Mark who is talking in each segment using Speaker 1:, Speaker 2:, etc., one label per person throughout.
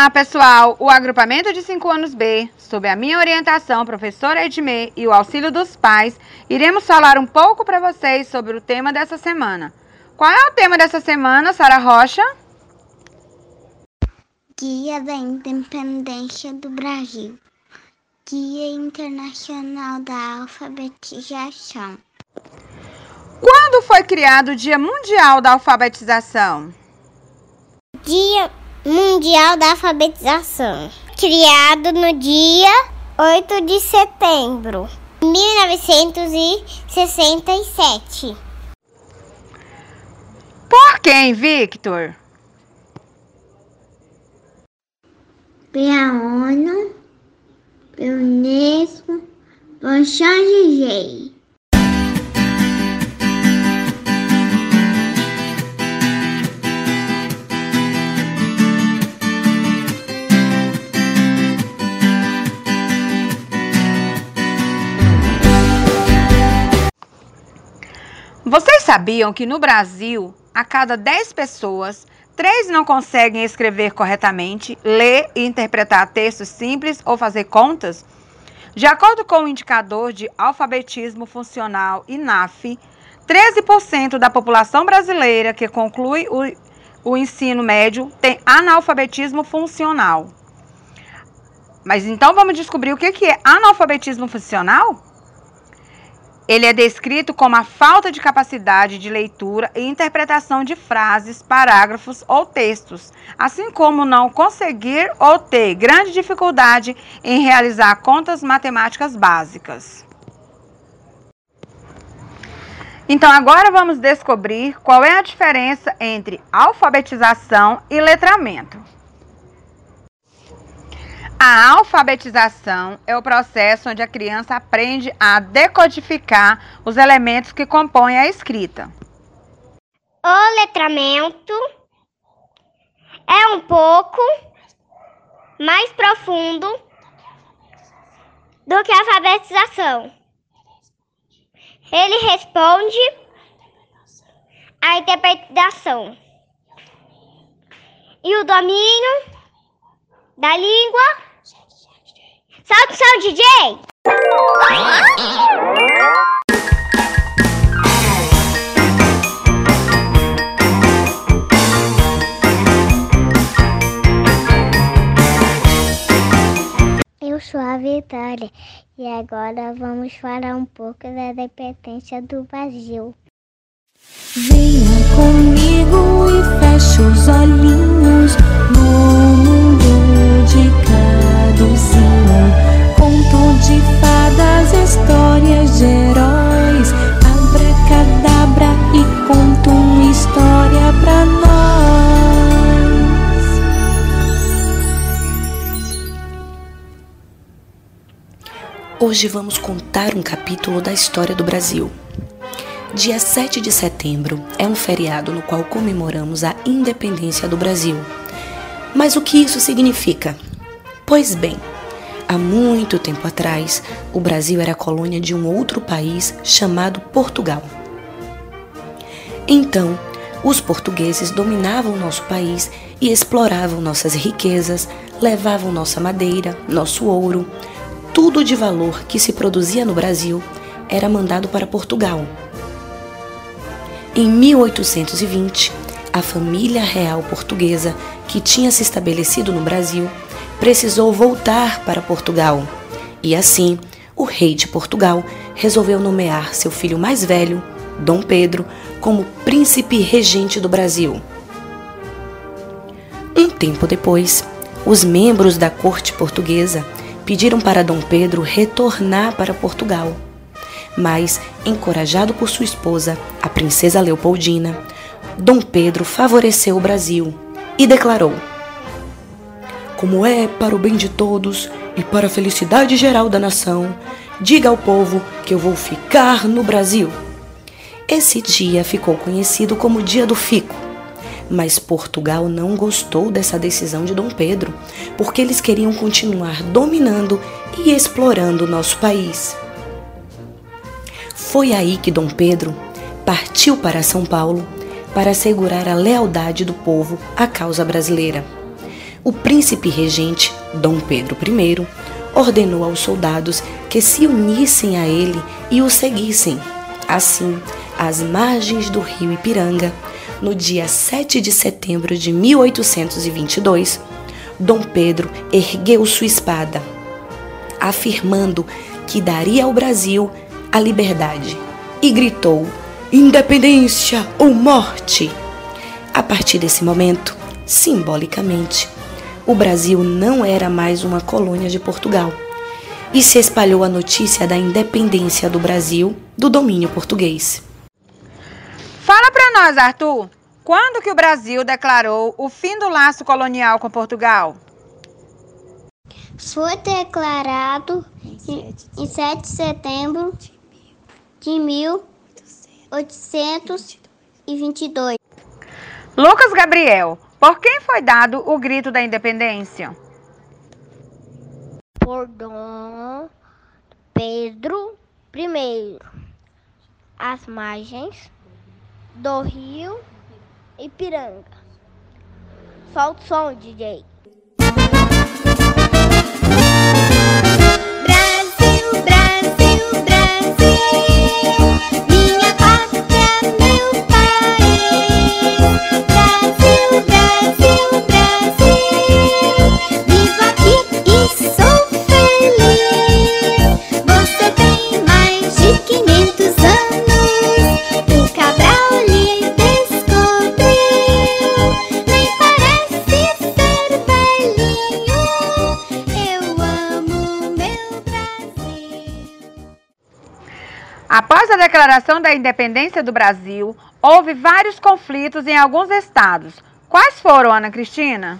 Speaker 1: Olá, pessoal! O agrupamento de 5 anos B, sob a minha orientação, professora Edmê, e o auxílio dos pais, iremos falar um pouco para vocês sobre o tema dessa semana. Qual é o tema dessa semana, Sara Rocha?
Speaker 2: Dia da Independência do Brasil. Dia Internacional da Alfabetização.
Speaker 1: Quando foi criado o Dia Mundial da Alfabetização?
Speaker 2: Dia Mundial da Alfabetização. Criado no dia 8 de setembro de 1967.
Speaker 1: Por quem, Victor?
Speaker 2: Pela ONU, pela Unesco, por São José.
Speaker 1: Vocês sabiam que no Brasil, a cada 10 pessoas, 3 não conseguem escrever corretamente, ler e interpretar textos simples ou fazer contas? De acordo com o indicador de alfabetismo funcional INAF, 13% da população brasileira que conclui o ensino médio tem analfabetismo funcional. Mas então vamos descobrir o que é analfabetismo funcional? Ele é descrito como a falta de capacidade de leitura e interpretação de frases, parágrafos ou textos, assim como não conseguir ou ter grande dificuldade em realizar contas matemáticas básicas. Então agora vamos descobrir qual é a diferença entre alfabetização e letramento. A alfabetização é o processo onde a criança aprende a decodificar os elementos que compõem a escrita.
Speaker 2: O letramento é um pouco mais profundo do que a alfabetização. Ele responde à interpretação e o domínio da língua. Solta o som, DJ! Eu sou a Vitória e agora vamos falar um pouco da independência do Brasil.
Speaker 3: Venha comigo e feche os olhinhos no mundo de Caduzinho. Conto de fadas, histórias de heróis, abracadabra e conto uma história pra nós.
Speaker 4: Hoje vamos contar um capítulo da história do Brasil. Dia 7 de setembro é um feriado no qual comemoramos a independência do Brasil. Mas o que isso significa? Pois bem, há muito tempo atrás, o Brasil era colônia de um outro país chamado Portugal. Então, os portugueses dominavam nosso país e exploravam nossas riquezas, levavam nossa madeira, nosso ouro, tudo de valor que se produzia no Brasil era mandado para Portugal. Em 1820, a família real portuguesa, que tinha se estabelecido no Brasil, precisou voltar para Portugal. E assim, o rei de Portugal resolveu nomear seu filho mais velho, Dom Pedro, como príncipe regente do Brasil. Um tempo depois, os membros da corte portuguesa pediram para Dom Pedro retornar para Portugal. Mas, encorajado por sua esposa, a princesa Leopoldina, Dom Pedro favoreceu o Brasil e declarou: "Como é para o bem de todos e para a felicidade geral da nação, diga ao povo que eu vou ficar no Brasil." Esse dia ficou conhecido como Dia do Fico, mas Portugal não gostou dessa decisão de Dom Pedro, porque eles queriam continuar dominando e explorando nosso país. Foi aí que Dom Pedro partiu para São Paulo para assegurar a lealdade do povo à causa brasileira. o príncipe regente, Dom Pedro I, ordenou aos soldados que se unissem a ele e o seguissem. Assim, às margens do rio Ipiranga, no dia 7 de setembro de 1822, Dom Pedro ergueu sua espada, afirmando que daria ao Brasil a liberdade, e gritou: "Independência ou morte!". A partir desse momento, simbolicamente, o Brasil não era mais uma colônia de Portugal, e se espalhou a notícia da independência do Brasil do domínio português.
Speaker 1: Fala para nós, Arthur, quando que o Brasil declarou o fim do laço colonial com Portugal?
Speaker 2: Foi declarado em 7 de setembro de 1822.
Speaker 1: Lucas Gabriel, por quem foi dado o grito da independência?
Speaker 2: Por Dom Pedro I, às margens do rio Ipiranga. Solta o som, DJ. Brasil, Brasil, Brasil, minha pátria, meu país. Brasil, Brasil, Brasil, vivo aqui e sou feliz. Você tem mais de 500 anos, o Cabral lhe descobriu. Nem parece ser velhinho, eu amo meu Brasil.
Speaker 1: Após a declaração da independência do Brasil, houve vários conflitos em alguns estados. Quais foram, Ana Cristina?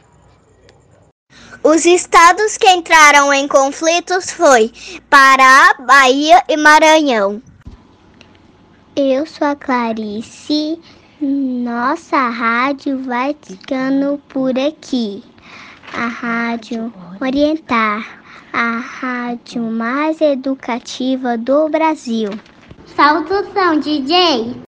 Speaker 2: Os estados que entraram em conflitos foi Pará, Bahia e Maranhão. Eu sou a Clarice. Nossa rádio vai ficando por aqui. A Rádio Orientar, a rádio mais educativa do Brasil. Solta o som, DJ!